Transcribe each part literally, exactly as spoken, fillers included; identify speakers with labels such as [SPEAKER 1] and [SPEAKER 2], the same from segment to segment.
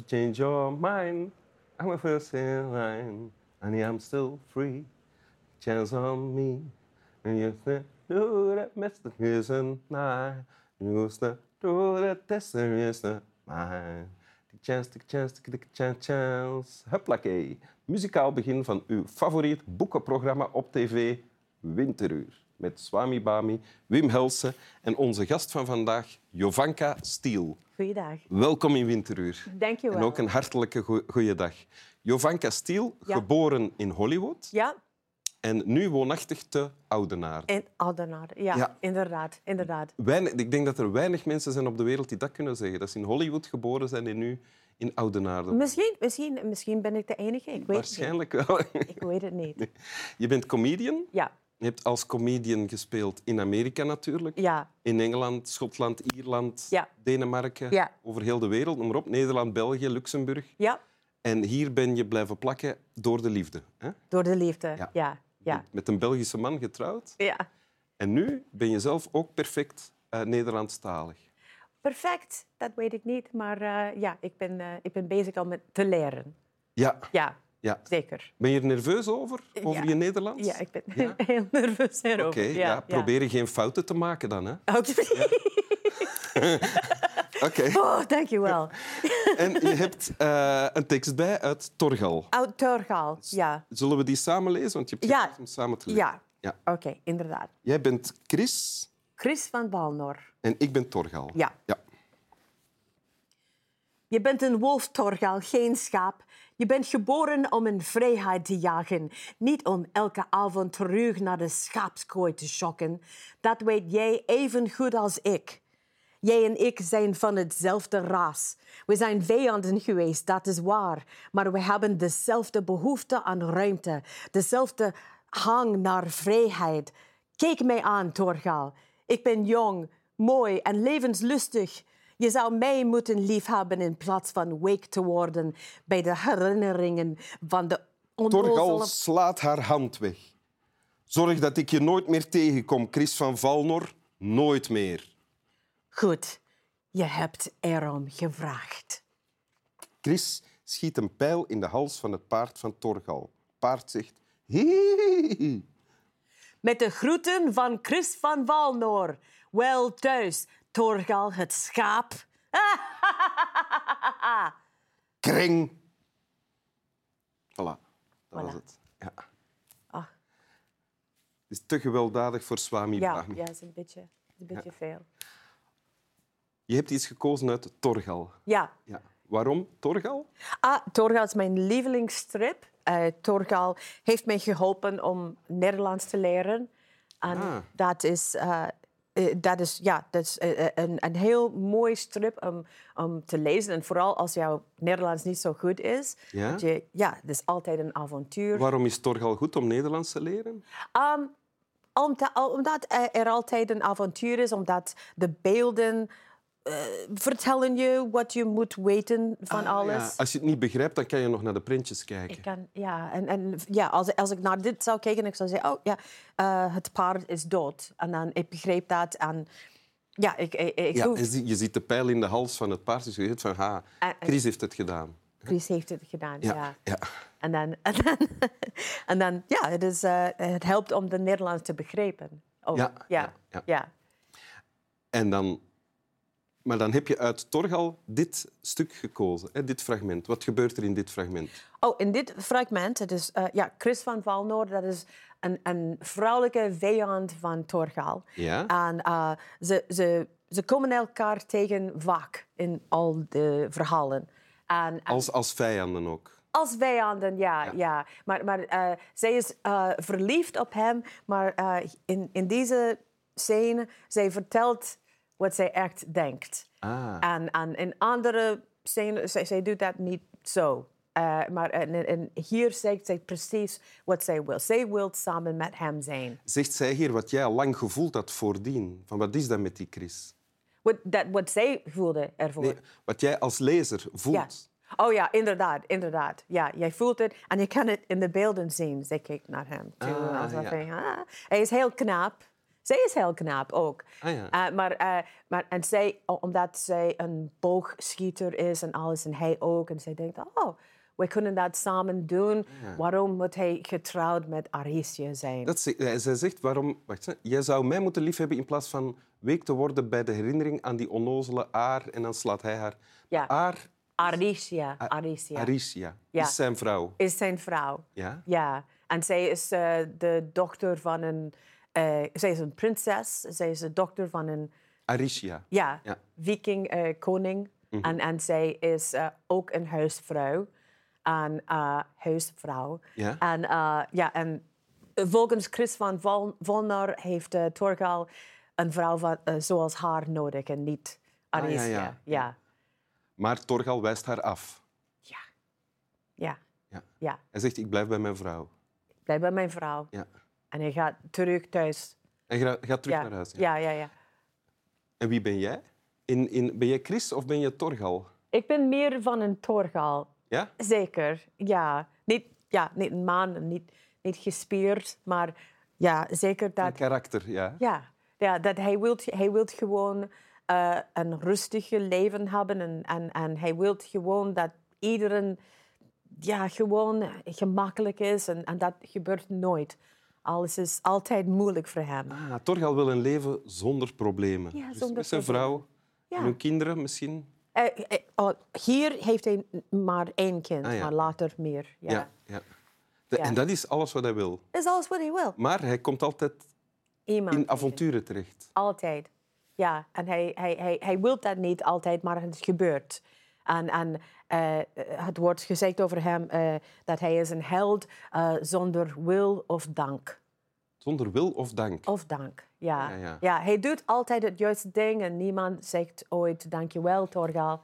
[SPEAKER 1] change your mind. I'm a first in line. Honey, I'm still free. Chance on me. And you think, no, that Mister isn't mine. You used to do that destiny isn't mine. Take a chance, take a chance, take a chance, chance. Huppakee. Muzikaal begin van uw favoriet boekenprogramma op tv, Winteruur. Met Swami Bami, Wim Helsen en onze gast van vandaag, Jovanka Stiel.
[SPEAKER 2] Goeiedag.
[SPEAKER 1] Welkom in Winteruur.
[SPEAKER 2] Dank je wel.
[SPEAKER 1] En ook een hartelijke go- goeiedag. Jovanka Stiel,
[SPEAKER 2] Ja.
[SPEAKER 1] geboren in Hollywood
[SPEAKER 2] Ja,
[SPEAKER 1] en nu woonachtig te Oudenaarde.
[SPEAKER 2] in Oudenaarde. Ja,
[SPEAKER 1] Ja.
[SPEAKER 2] inderdaad. inderdaad.
[SPEAKER 1] Weinig, ik denk dat er weinig mensen zijn op de wereld die dat kunnen zeggen. Dat ze in Hollywood geboren zijn en nu in Oudenaarde.
[SPEAKER 2] Misschien, misschien, misschien ben ik de enige. Ik weet
[SPEAKER 1] Waarschijnlijk wel.
[SPEAKER 2] het niet. Ik weet het niet.
[SPEAKER 1] Je bent comedian.
[SPEAKER 2] Ja,
[SPEAKER 1] Je hebt als comedian gespeeld in Amerika natuurlijk.
[SPEAKER 2] ja,
[SPEAKER 1] In Engeland, Schotland, Ierland,
[SPEAKER 2] Ja.
[SPEAKER 1] Denemarken.
[SPEAKER 2] Ja.
[SPEAKER 1] Over heel de wereld. Noem maar op. Nederland, België, Luxemburg.
[SPEAKER 2] ja.
[SPEAKER 1] En hier ben je blijven plakken door de liefde. Hè?
[SPEAKER 2] Door de liefde.
[SPEAKER 1] Ja.
[SPEAKER 2] Ja, ja.
[SPEAKER 1] Met een Belgische man getrouwd.
[SPEAKER 2] ja.
[SPEAKER 1] En nu ben je zelf ook perfect uh, Nederlandstalig.
[SPEAKER 2] Perfect, dat weet ik niet. Maar uh, ja, ik ben, uh, ik ben bezig al met te leren.
[SPEAKER 1] Ja.
[SPEAKER 2] Ja,
[SPEAKER 1] Ja.
[SPEAKER 2] zeker.
[SPEAKER 1] Ben je er nerveus over? Over
[SPEAKER 2] Ja.
[SPEAKER 1] je Nederlands?
[SPEAKER 2] Ja, ik ben
[SPEAKER 1] Ja?
[SPEAKER 2] heel nerveus erover.
[SPEAKER 1] Oké, ja,
[SPEAKER 2] ja,
[SPEAKER 1] probeer je geen fouten te maken dan. Hè?
[SPEAKER 2] ja. Oké.
[SPEAKER 1] Oké.
[SPEAKER 2] Oh, dank je wel.
[SPEAKER 1] En je hebt uh, een tekst bij uit Torgal.
[SPEAKER 2] Oud Torgal, ja.
[SPEAKER 1] Zullen we die samen lezen? Want je hebt
[SPEAKER 2] Ja.
[SPEAKER 1] gevraagd om samen te lezen.
[SPEAKER 2] Ja,
[SPEAKER 1] Ja.
[SPEAKER 2] oké, inderdaad.
[SPEAKER 1] Jij bent Chris
[SPEAKER 2] Chris van Walnor.
[SPEAKER 1] en ik ben Torgal.
[SPEAKER 2] Ja.
[SPEAKER 1] Ja.
[SPEAKER 2] Je bent een wolf, Torgal, geen schaap. Je bent geboren om in vrijheid te jagen. Niet om elke avond terug naar de schaapskooi te schokken. Dat weet jij even goed als ik. Jij en ik zijn van hetzelfde ras. We zijn vijanden geweest, dat is waar. Maar we hebben dezelfde behoefte aan ruimte. Dezelfde hang naar vrijheid. Kijk mij aan, Torgal. Ik ben jong, mooi en levenslustig. Je zou mij moeten liefhebben in plaats van week te worden bij de herinneringen van de
[SPEAKER 1] Torgal
[SPEAKER 2] onnozele...
[SPEAKER 1] slaat haar hand weg. Zorg dat ik je nooit meer tegenkom, Chris van Valnor. Nooit meer.
[SPEAKER 2] Goed, je hebt erom gevraagd.
[SPEAKER 1] Chris schiet een pijl in de hals van het paard van Torgal. Paard zegt... Hee.
[SPEAKER 2] Met de groeten van Chris van Walnor. Wel thuis, Torgal het schaap.
[SPEAKER 1] Kring. Voilà, dat was
[SPEAKER 2] Voilà.
[SPEAKER 1] het. Ja.
[SPEAKER 2] Ah.
[SPEAKER 1] Het is te gewelddadig voor Swami
[SPEAKER 2] Ja,
[SPEAKER 1] Bami.
[SPEAKER 2] ja, dat is een beetje, een beetje veel.
[SPEAKER 1] Je hebt iets gekozen uit Torgal.
[SPEAKER 2] Ja.
[SPEAKER 1] Ja. Waarom Torgal?
[SPEAKER 2] Ah, Torgal is mijn lievelingsstrip. Uh, Torgal heeft mij geholpen om Nederlands te leren. En
[SPEAKER 1] Ah.
[SPEAKER 2] dat is... Uh, uh, dat is, ja, dat is uh, een, een heel mooi strip om, om te lezen. En vooral als jouw Nederlands niet zo goed is.
[SPEAKER 1] Ja?
[SPEAKER 2] Dat je, ja, het is altijd een avontuur.
[SPEAKER 1] Waarom is Torgal goed om Nederlands te leren?
[SPEAKER 2] Um, omdat, omdat er altijd een avontuur is, omdat de beelden uh, vertellen je wat je moet weten van
[SPEAKER 1] Ah,
[SPEAKER 2] alles.
[SPEAKER 1] ja. Als je het niet begrijpt, dan kan je nog naar de printjes kijken.
[SPEAKER 2] Ik kan, ja, en, en ja, als, als ik naar dit zou kijken, ik zou zeggen, oh ja, uh, het paard is dood. En dan ik begreep dat en ja, ik, ik, ik
[SPEAKER 1] Ja,
[SPEAKER 2] hoef...
[SPEAKER 1] en zie- je ziet de pijl in de hals van het paard, dus je weet van, ha,
[SPEAKER 2] En- en-
[SPEAKER 1] Chris heeft het gedaan.
[SPEAKER 2] Chris heeft het gedaan, ja.
[SPEAKER 1] Ja, ja.
[SPEAKER 2] En dan, en dan, en dan ja, het, is, uh, het helpt om de Nederlands te begrijpen. Oh,
[SPEAKER 1] Ja,
[SPEAKER 2] ja,
[SPEAKER 1] ja, ja.
[SPEAKER 2] ja.
[SPEAKER 1] En dan... Maar dan heb je uit Torgal dit stuk gekozen, hè, dit fragment. Wat gebeurt er in dit fragment?
[SPEAKER 2] Oh, in dit fragment, het is uh, ja, Chris van Valnor, dat is een, een vrouwelijke vijand van Torgal.
[SPEAKER 1] Ja?
[SPEAKER 2] En uh, ze, ze, ze komen elkaar tegen vaak in al de verhalen. En, en
[SPEAKER 1] Als, als vijanden ook.
[SPEAKER 2] als vijanden, ja.
[SPEAKER 1] Ja.
[SPEAKER 2] ja. Maar, maar uh, zij is uh, verliefd op hem, maar uh, in, in deze scène, zij vertelt wat zij echt denkt.
[SPEAKER 1] Ah.
[SPEAKER 2] En, en in andere scènes, zij, zij doet dat niet zo. Uh, maar en, en hier zegt zij precies wat zij wil. Zij wil samen met hem zijn.
[SPEAKER 1] Zegt zij hier wat jij al lang gevoeld had voordien? Van wat is dat met die Chris?
[SPEAKER 2] Wat, dat, wat zij voelde ervoor.
[SPEAKER 1] Nee, wat jij als lezer voelt.
[SPEAKER 2] Ja. Oh ja, inderdaad, inderdaad. Ja, jij voelt het en je kan het in de beelden zien. Zij kijkt naar hem toe.
[SPEAKER 1] Ah,
[SPEAKER 2] alsof
[SPEAKER 1] ja.
[SPEAKER 2] hij, ah. Hij is heel knap. Zij is heel knap ook.
[SPEAKER 1] Ah, ja.
[SPEAKER 2] Uh, maar, uh, maar, en zij, omdat zij een boogschieter is en alles, en hij ook. En zij denkt, oh, we kunnen dat samen doen.
[SPEAKER 1] Ja.
[SPEAKER 2] Waarom moet hij getrouwd met Aricia zijn?
[SPEAKER 1] Dat ze, zij zegt, waarom... Wacht, hè. Jij zou mij moeten liefhebben in plaats van week te worden bij de herinnering aan die onnozele Aar. En dan slaat hij haar...
[SPEAKER 2] Ja.
[SPEAKER 1] Aar...
[SPEAKER 2] Aricia. Aricia.
[SPEAKER 1] Aricia.
[SPEAKER 2] Ja.
[SPEAKER 1] Is zijn vrouw.
[SPEAKER 2] Is zijn vrouw.
[SPEAKER 1] Ja?
[SPEAKER 2] Ja. En zij is uh, de dochter van een... Uh, zij is een prinses. Zij is de dochter van een...
[SPEAKER 1] Aricia.
[SPEAKER 2] Ja,
[SPEAKER 1] ja.
[SPEAKER 2] viking uh, koning. Mm-hmm. en, en zij is uh, ook een huisvrouw. En uh, huisvrouw.
[SPEAKER 1] Ja?
[SPEAKER 2] En, uh, ja, en volgens Chris van Vol- Volnor heeft uh, Torgal een vrouw van, uh, zoals haar nodig en niet Aricia.
[SPEAKER 1] Ah, ja, ja.
[SPEAKER 2] Ja.
[SPEAKER 1] Maar Torgal wijst haar af.
[SPEAKER 2] Ja. Ja.
[SPEAKER 1] Ja.
[SPEAKER 2] Ja.
[SPEAKER 1] Hij zegt, ik blijf bij mijn vrouw.
[SPEAKER 2] Ik blijf bij mijn vrouw.
[SPEAKER 1] Ja.
[SPEAKER 2] En hij gaat terug thuis.
[SPEAKER 1] En je gaat terug
[SPEAKER 2] ja.
[SPEAKER 1] naar huis. Ja.
[SPEAKER 2] Ja, ja, ja.
[SPEAKER 1] En wie ben jij? In, in, ben jij Chris of ben je Torgal?
[SPEAKER 2] Ik ben meer van een Torgal.
[SPEAKER 1] Ja?
[SPEAKER 2] Zeker, ja. Niet, ja, niet een man, niet, niet gespierd, maar ja, zeker dat...
[SPEAKER 1] Een karakter, ja.
[SPEAKER 2] Ja, ja dat hij wil hij wilt gewoon uh, een rustig leven hebben en, en, en hij wil gewoon dat iedereen ja, gewoon gemakkelijk is en, en dat gebeurt nooit. Alles is altijd moeilijk voor hem.
[SPEAKER 1] Ah, Torgal wil een leven zonder problemen.
[SPEAKER 2] Ja,
[SPEAKER 1] dus
[SPEAKER 2] zonder
[SPEAKER 1] met zijn
[SPEAKER 2] problemen.
[SPEAKER 1] vrouw
[SPEAKER 2] Ja.
[SPEAKER 1] en hun kinderen misschien.
[SPEAKER 2] Uh, uh, oh, hier heeft hij maar één kind,
[SPEAKER 1] Ah, ja.
[SPEAKER 2] maar later meer. Ja.
[SPEAKER 1] Ja, ja. De,
[SPEAKER 2] Ja.
[SPEAKER 1] En dat is alles wat hij wil.
[SPEAKER 2] Dat is alles wat hij wil.
[SPEAKER 1] Maar hij komt altijd
[SPEAKER 2] Iemand
[SPEAKER 1] in avonturen terecht.
[SPEAKER 2] Altijd. Ja, en hij, hij, hij, hij wil dat niet altijd, maar het gebeurt. En, en uh, het wordt gezegd over hem uh, dat hij is een held uh, zonder wil of dank.
[SPEAKER 1] Zonder wil of dank.
[SPEAKER 2] Of dank, ja.
[SPEAKER 1] Ja, ja.
[SPEAKER 2] Ja, hij doet altijd het juiste ding en niemand zegt ooit dankjewel, Torgal.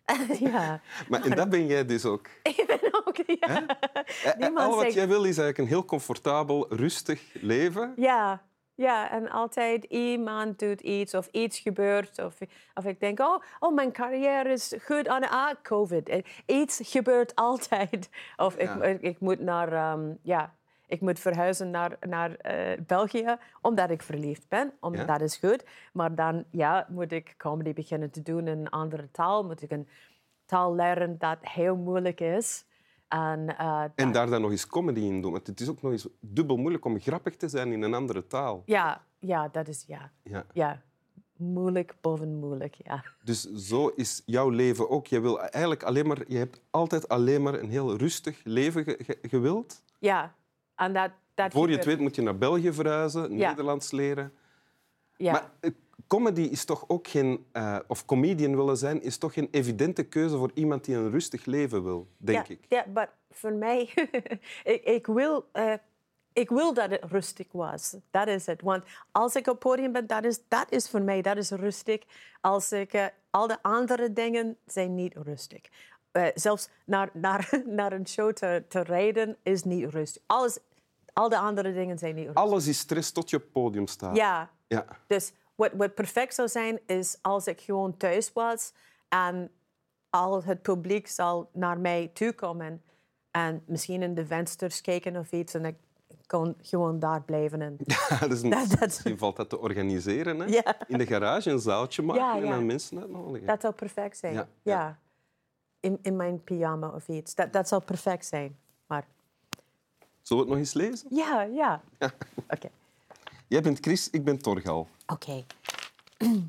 [SPEAKER 2] Ja.
[SPEAKER 1] Maar, en dat ben jij dus ook.
[SPEAKER 2] Ik ben ook, ja.
[SPEAKER 1] Niemand Al wat zegt... jij wil is eigenlijk een heel comfortabel, rustig leven.
[SPEAKER 2] Ja. Ja, en altijd iemand doet iets of iets gebeurt. Of, of ik denk, oh, oh, mijn carrière is goed aan ah, COVID. Iets gebeurt altijd. Of ja. ik, ik moet naar, um, ja, ik moet verhuizen naar, naar uh, België omdat ik verliefd ben. Om, ja? Dat is goed. Maar dan ja, moet ik comedy beginnen te doen in een andere taal. Moet ik een taal leren dat heel moeilijk is. En, uh,
[SPEAKER 1] en dat... daar dan nog eens comedy in doen. Want het is ook nog eens dubbel moeilijk om grappig te zijn in een andere taal.
[SPEAKER 2] Ja, ja dat is ja.
[SPEAKER 1] ja.
[SPEAKER 2] ja. Moeilijk boven moeilijk, ja.
[SPEAKER 1] Dus zo is jouw leven ook. Je, wil eigenlijk alleen maar, je hebt altijd alleen maar een heel rustig leven ge- ge- gewild.
[SPEAKER 2] Ja. En dat, dat
[SPEAKER 1] Voor je
[SPEAKER 2] gebeurt...
[SPEAKER 1] het weet moet je naar België verhuizen,
[SPEAKER 2] ja.
[SPEAKER 1] Nederlands leren.
[SPEAKER 2] Ja.
[SPEAKER 1] Maar uh, comedy is toch ook geen... Uh, of comedian willen zijn is toch geen evidente keuze voor iemand die een rustig leven wil, denk
[SPEAKER 2] ja,
[SPEAKER 1] ik.
[SPEAKER 2] Ja, maar voor mij... ik, ik, wil, uh, ik wil dat het rustig was. Dat is het. Want als ik op het podium ben, dat is, dat is voor mij dat is rustig. Als ik... Uh, al de andere dingen zijn niet rustig. Uh, zelfs naar, naar, naar een show te, te rijden is niet rustig. Alles, al de andere dingen zijn niet rustig.
[SPEAKER 1] Alles is stress tot je op het podium staat.
[SPEAKER 2] Ja.
[SPEAKER 1] ja.
[SPEAKER 2] Dus wat, wat perfect zou zijn, is als ik gewoon thuis was en al het publiek zal naar mij toe komen en misschien in de vensters kijken of iets en ik kon gewoon daar blijven. En...
[SPEAKER 1] Ja, dat is een...
[SPEAKER 2] dat, dat...
[SPEAKER 1] Misschien valt dat te organiseren. Hè?
[SPEAKER 2] Ja.
[SPEAKER 1] In de garage een zaaltje maken
[SPEAKER 2] ja, ja.
[SPEAKER 1] en dan mensen uitnodigen.
[SPEAKER 2] Dat zou perfect zijn.
[SPEAKER 1] Ja.
[SPEAKER 2] ja.
[SPEAKER 1] ja.
[SPEAKER 2] In, in mijn pyjama of iets. Dat, dat zou perfect zijn. Maar...
[SPEAKER 1] Zullen we het nog eens lezen?
[SPEAKER 2] Ja, ja.
[SPEAKER 1] ja.
[SPEAKER 2] Oké. Okay.
[SPEAKER 1] Jij bent Chris, ik ben Torgal.
[SPEAKER 2] Oké. Okay.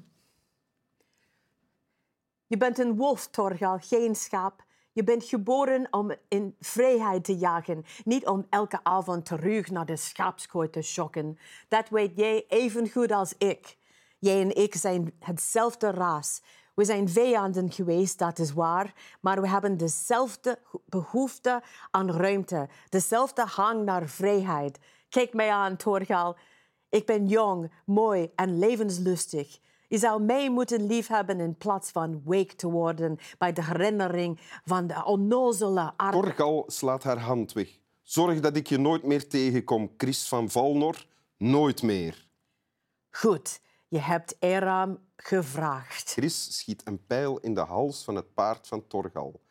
[SPEAKER 2] Je bent een wolf, Torgal, geen schaap. Je bent geboren om in vrijheid te jagen, niet om elke avond terug naar de schaapskooi te schokken. Dat weet jij even goed als ik. Jij en ik zijn hetzelfde ras. We zijn vijanden geweest, dat is waar, maar we hebben dezelfde behoefte aan ruimte, dezelfde hang naar vrijheid. Kijk mij aan, Torgal. Ik ben jong, mooi en levenslustig. Je zou mij moeten liefhebben in plaats van week te worden bij de herinnering van de onnozele aarde.
[SPEAKER 1] Torgal slaat haar hand weg. Zorg dat ik je nooit meer tegenkom, Chris van Valnor. Nooit meer.
[SPEAKER 2] Goed, je hebt Eram gevraagd.
[SPEAKER 1] Chris schiet een pijl in de hals van het paard van Torgal.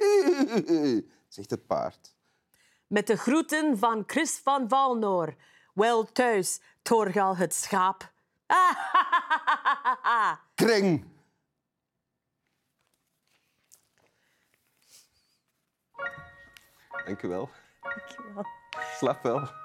[SPEAKER 1] Zegt het paard.
[SPEAKER 2] Met de groeten van Chris van Valnor. wel thuis, Torgal het schaap.
[SPEAKER 1] Kring. Dank u wel.
[SPEAKER 2] Dankjewel.
[SPEAKER 1] Slap wel.